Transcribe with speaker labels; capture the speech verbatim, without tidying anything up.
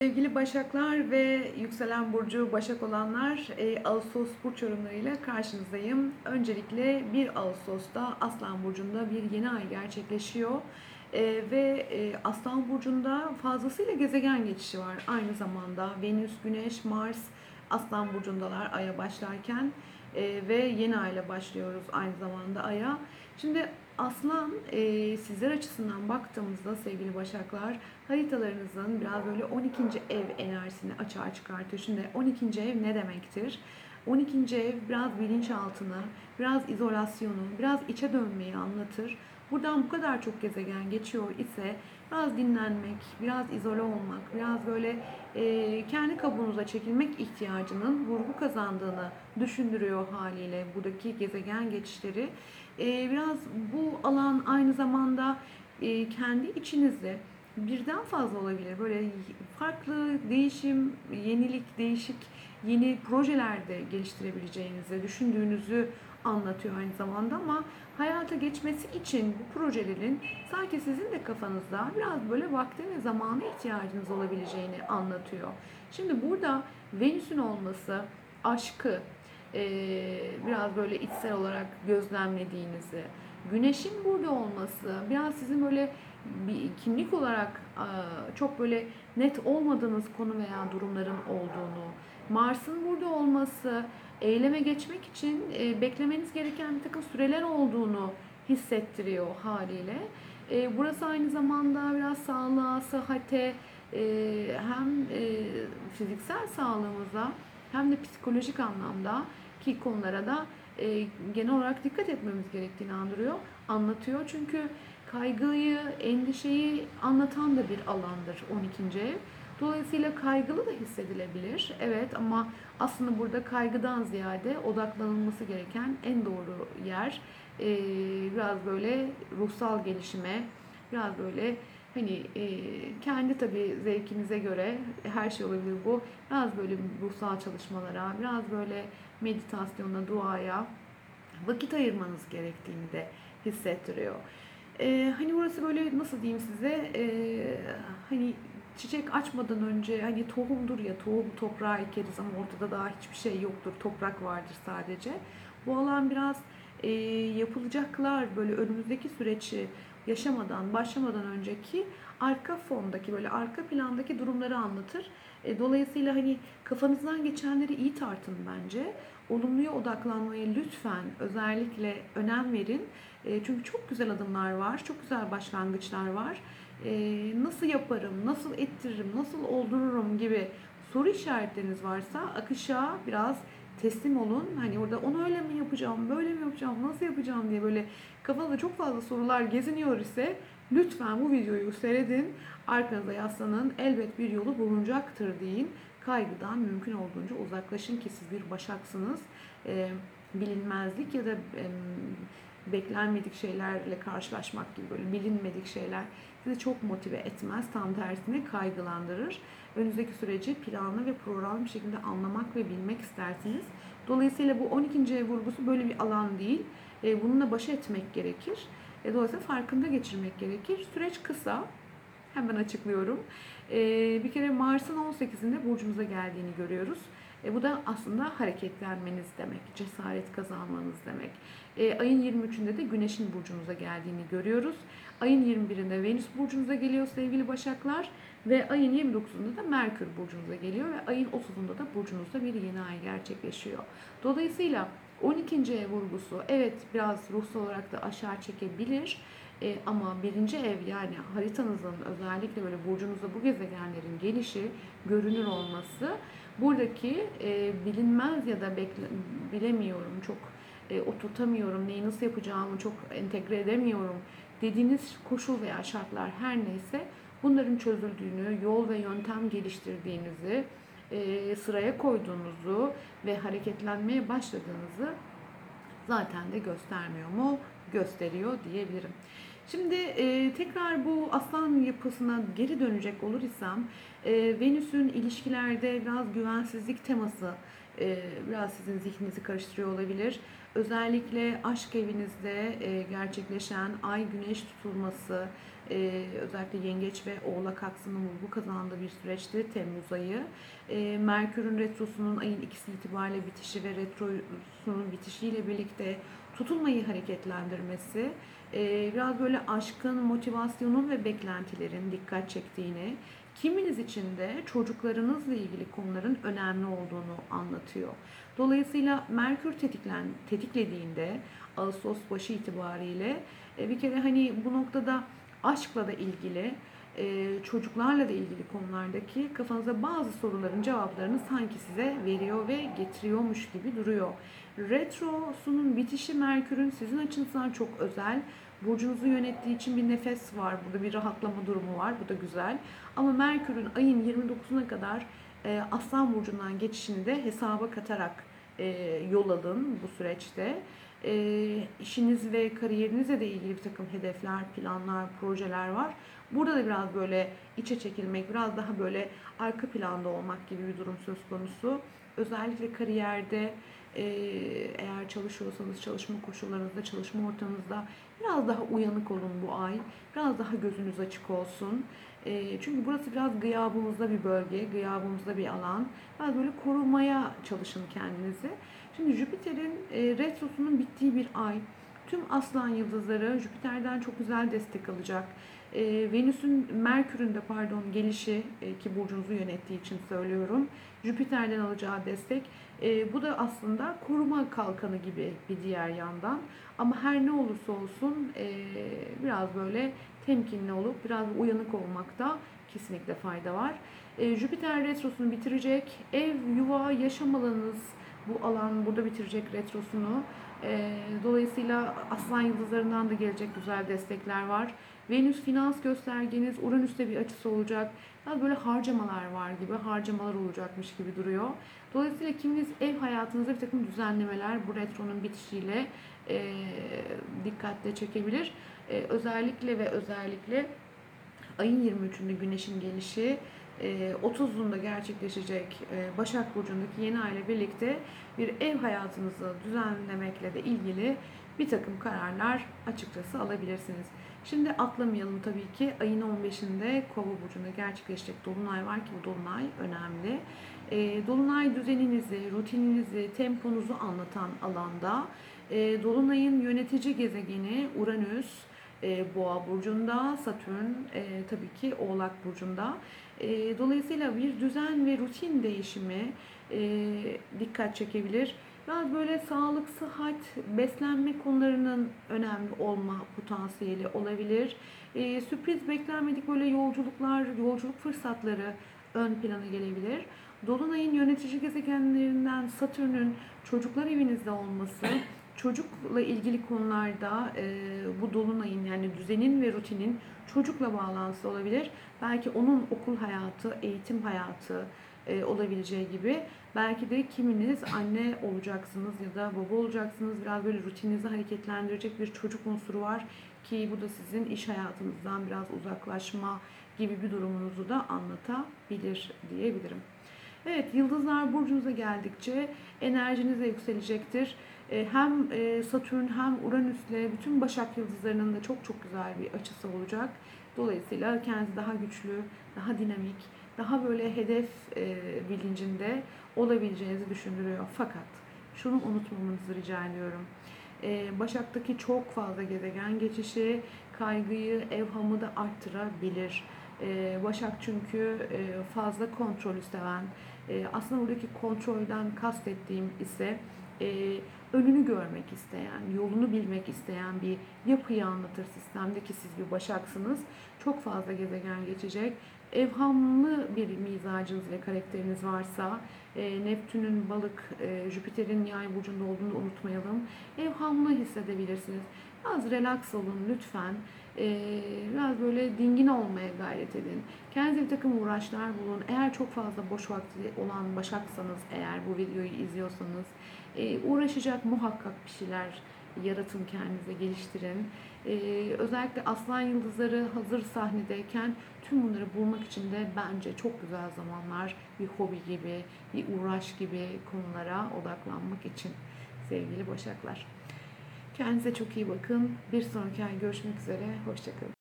Speaker 1: Sevgili Başaklar ve yükselen burcu Başak olanlar, e, Ağustos burç yorumlarıyla karşınızdayım. Öncelikle bir Ağustos'ta Aslan burcunda bir yeni ay gerçekleşiyor. E, ve e, Aslan burcunda fazlasıyla gezegen geçişi var. Aynı zamanda Venüs, Güneş, Mars Aslan burcundalar Ay'a başlarken e, ve yeni ayla başlıyoruz aynı zamanda Ay'a. Şimdi Aslan e, sizler açısından baktığımızda sevgili Başaklar, haritalarınızın biraz böyle on ikinci ev enerjisini açığa çıkartıyor. Şimdi on ikinci ev ne demektir? on ikinci ev biraz bilinçaltını, biraz izolasyonu, biraz içe dönmeyi anlatır. Buradan bu kadar çok gezegen geçiyor ise biraz dinlenmek, biraz izole olmak, biraz böyle e, kendi kabuğunuza çekilmek ihtiyacının vurgu kazandığını düşündürüyor haliyle buradaki gezegen geçişleri. E, biraz bu alan aynı zamanda e, kendi içinizde birden fazla olabilir. Böyle farklı, değişim, yenilik, değişik yeni projeler de geliştirebileceğinizi düşündüğünüzü anlatıyor aynı zamanda, ama hayata geçmesi için bu projelerin sanki sizin de kafanızda biraz böyle vakte ve zamana ihtiyacınız olabileceğini anlatıyor. Şimdi burada Venüs'ün olması aşkı biraz böyle içsel olarak gözlemlediğinizi, Güneş'in burada olması biraz sizin böyle bir kimlik olarak çok böyle net olmadığınız konu veya durumların olduğunu, Mars'ın burada olması eyleme geçmek için beklemeniz gereken bir takım süreler olduğunu hissettiriyor haliyle. Burası aynı zamanda biraz sağlığa, sıhhate, hem fiziksel sağlığımıza hem de psikolojik anlamda ki konulara da e, genel olarak dikkat etmemiz gerektiğini andırıyor, anlatıyor. Çünkü kaygıyı, endişeyi anlatan da bir alandır on ikinci ev. Dolayısıyla kaygılı da hissedilebilir. Evet, ama aslında burada kaygıdan ziyade odaklanılması gereken en doğru yer e, biraz böyle ruhsal gelişime, biraz böyle hani e, kendi tabii zevkinize göre her şey olabilir bu. Biraz böyle ruhsal çalışmalara, biraz böyle meditasyona, duaya vakit ayırmanız gerektiğini de hissettiriyor. Ee, hani burası böyle nasıl diyeyim size, ee, hani çiçek açmadan önce hani tohumdur ya, tohum toprağa ekeriz ama ortada daha hiçbir şey yoktur, toprak vardır sadece. Bu alan biraz ee, yapılacaklar böyle önümüzdeki süreci yaşamadan, başlamadan önceki arka fondaki böyle arka plandaki durumları anlatır. E, dolayısıyla hani kafanızdan geçenleri iyi tartın bence. Olumluya odaklanmaya lütfen özellikle önem verin. E, çünkü çok güzel adımlar var, çok güzel başlangıçlar var. E, nasıl yaparım, nasıl ettiririm, nasıl oldururum gibi soru işaretleriniz varsa akışa biraz teslim olun. Hani orada onu öyle mi yapacağım, böyle mi yapacağım, nasıl yapacağım diye böyle kafada çok fazla sorular geziniyor ise lütfen bu videoyu seyredin. Arkanıza yaslanın. Elbet bir yolu bulunacaktır deyin. Kaygıdan mümkün olduğunca uzaklaşın ki siz bir başaksınız. E, bilinmezlik ya da e, beklenmedik şeylerle karşılaşmak gibi böyle bilinmedik şeyler sizi çok motive etmez. Tam tersine kaygılandırır. Önünüzdeki süreci planlı ve programlı bir şekilde anlamak ve bilmek istersiniz. Dolayısıyla bu on ikinci ev vurgusu böyle bir alan değil. E, bununla baş etmek gerekir. E, dolayısıyla farkında geçirmek gerekir. Süreç kısa. Hemen açıklıyorum. Ee, bir kere Mars'ın on sekizinde burcunuza geldiğini görüyoruz. E, bu da aslında hareketlenmeniz demek, cesaret kazanmanız demek. E, ayın yirmi üçünde de Güneş'in burcunuza geldiğini görüyoruz. Ayın yirmi birinde Venüs burcunuza geliyor sevgili Başaklar ve ayın yirmi dokuzunda da Merkür burcunuza geliyor ve ayın otuzunda da burcunuzda bir yeni ay gerçekleşiyor. Dolayısıyla on ikinci ev vurgusu evet biraz ruhsal olarak da aşağı çekebilir. E, ama birinci ev yani haritanızın özellikle böyle burcunuzda bu gezegenlerin gelişi, görünür olması buradaki e, bilinmez ya da bekle, bilemiyorum çok e, oturtamıyorum, neyi nasıl yapacağımı çok entegre edemiyorum dediğiniz koşul veya şartlar her neyse bunların çözüldüğünü, yol ve yöntem geliştirdiğinizi, e, sıraya koyduğunuzu ve hareketlenmeye başladığınızı zaten de göstermiyor mu? Gösteriyor diyebilirim. Şimdi e, tekrar bu aslan yapısına geri dönecek olur isem e, Venüs'ün ilişkilerde biraz güvensizlik teması e, biraz sizin zihninizi karıştırıyor olabilir. Özellikle aşk evinizde e, gerçekleşen ay güneş tutulması Ee, özellikle yengeç ve oğlak aksının vurgu kazandığı bir süreçti Temmuz ayı. Ee, Merkür'ün retrosunun ayın ikisi itibariyle bitişi ve retrosunun bitişiyle birlikte tutulmayı hareketlendirmesi, e, biraz böyle aşkın, motivasyonun ve beklentilerin dikkat çektiğini, kiminiz için de çocuklarınızla ilgili konuların önemli olduğunu anlatıyor. Dolayısıyla Merkür tetiklen, tetiklediğinde Ağustos başı itibariyle e, bir kere hani bu noktada aşkla da ilgili, e, çocuklarla da ilgili konulardaki kafanıza bazı soruların cevaplarını sanki size veriyor ve getiriyormuş gibi duruyor. Retrosunun bitişi Merkür'ün sizin açınızdan çok özel. Burcunuzu yönettiği için bir nefes var. Burada bir rahatlama durumu var. Bu da güzel. Ama Merkür'ün ayın yirmi dokuzuna kadar e, Aslan Burcu'ndan geçişini de hesaba katarak e, yol alın bu süreçte. E, işiniz ve kariyerinizle de ilgili bir takım hedefler, planlar, projeler var. Burada da biraz böyle içe çekilmek, biraz daha böyle arka planda olmak gibi bir durum söz konusu. Özellikle kariyerde, e, eğer çalışıyorsanız çalışma koşullarınızda, çalışma ortamınızda biraz daha uyanık olun bu ay. Biraz daha gözünüz açık olsun. E, çünkü burası biraz gıyabımızda bir bölge, gıyabımızda bir alan. Biraz böyle korumaya çalışın kendinizi. Şimdi Jüpiter'in e, retrosunun bittiği bir ay. Tüm aslan yıldızları Jüpiter'den çok güzel destek alacak. E, Venüs'ün, Merkür'ün de pardon gelişi e, ki burcunuzu yönettiği için söylüyorum. Jüpiter'den alacağı destek. E, bu da aslında koruma kalkanı gibi bir diğer yandan. Ama her ne olursa olsun e, biraz böyle temkinli olup biraz uyanık olmakta kesinlikle fayda var. E, Jüpiter retrosunu bitirecek. Ev, yuva, yaşam alanınız bu alan burada bitirecek retrosunu. E, dolayısıyla aslan yıldızlarından da gelecek güzel destekler var. Venüs finans göstergeniz, Uranüs'te bir açısı olacak. Biraz böyle harcamalar var gibi, harcamalar olacakmış gibi duruyor. Dolayısıyla kiminiz ev hayatınızda bir takım düzenlemeler bu retronun bitişiyle e, dikkatle çekebilir. E, özellikle ve özellikle ayın yirmi üçünde Güneş'in gelişi, otuzunda gerçekleşecek Başak Burcu'ndaki yeni ay ile birlikte bir ev hayatınızı düzenlemekle de ilgili bir takım kararlar açıkçası alabilirsiniz. Şimdi atlamayalım tabii ki. Ayın on beşinde Kova Burcu'nda gerçekleşecek Dolunay var ki bu Dolunay önemli. Dolunay düzeninizi, rutininizi, temponuzu anlatan alanda Dolunay'ın yönetici gezegeni Uranüs, e, Boğa burcunda, Satürn e, tabii ki Oğlak burcunda. E, dolayısıyla bir düzen ve rutin değişimi e, dikkat çekebilir. Biraz böyle sağlık, sıhhat, beslenme konularının önemli olma potansiyeli olabilir. E, sürpriz beklenmedik böyle yolculuklar, yolculuk fırsatları ön plana gelebilir. Dolunay'ın yönetici gezegenlerinden Satürn'ün çocuklar evinizde olması, çocukla ilgili konularda e, bu dolunayın yani düzenin ve rutinin çocukla bağlantısı olabilir. Belki onun okul hayatı, eğitim hayatı e, olabileceği gibi belki de kiminiz anne olacaksınız ya da baba olacaksınız. Biraz böyle rutininizi hareketlendirecek bir çocuk unsuru var ki bu da sizin iş hayatınızdan biraz uzaklaşma gibi bir durumunuzu da anlatabilir diyebilirim. Evet, yıldızlar burcunuza geldikçe enerjiniz de yükselecektir. E, hem e, Satürn hem Uranüs'le bütün Başak yıldızlarının da çok çok güzel bir açısı olacak. Dolayısıyla kendinizi daha güçlü, daha dinamik, daha böyle hedef e, bilincinde olabileceğinizi düşündürüyor. Fakat şunu unutmamanızı rica ediyorum. E, Başak'taki çok fazla gezegen geçişi kaygıyı, evhamı da arttırabilir. E, Başak çünkü e, fazla kontrolü seven, e, aslında buradaki kontrolden kastettiğim ise e, önünü görmek isteyen, yolunu bilmek isteyen bir yapıyı anlatır sistemde ki siz bir Başaksınız. Çok fazla gezegen geçecek. Evhamlı bir mizacınız ve karakteriniz varsa, e, Neptün'ün balık, e, Jüpiter'in yay burcunda olduğunu unutmayalım. Evhamlı hissedebilirsiniz. Biraz relax olun lütfen. E, biraz böyle dingin olmaya gayret edin. Kendinize bir takım uğraşlar bulun. Eğer çok fazla boş vakti olan Başaksanız, eğer bu videoyu izliyorsanız, e, uğraşacak muhakkak bir şeyler yaratın kendinize, geliştirin. E, özellikle Aslan Yıldızları hazır sahnedeyken tüm bunları bulmak için de bence çok güzel zamanlar. Bir hobi gibi, bir uğraş gibi konulara odaklanmak için sevgili Başaklar. Kendinize çok iyi bakın. Bir sonraki ay görüşmek üzere. Hoşçakalın.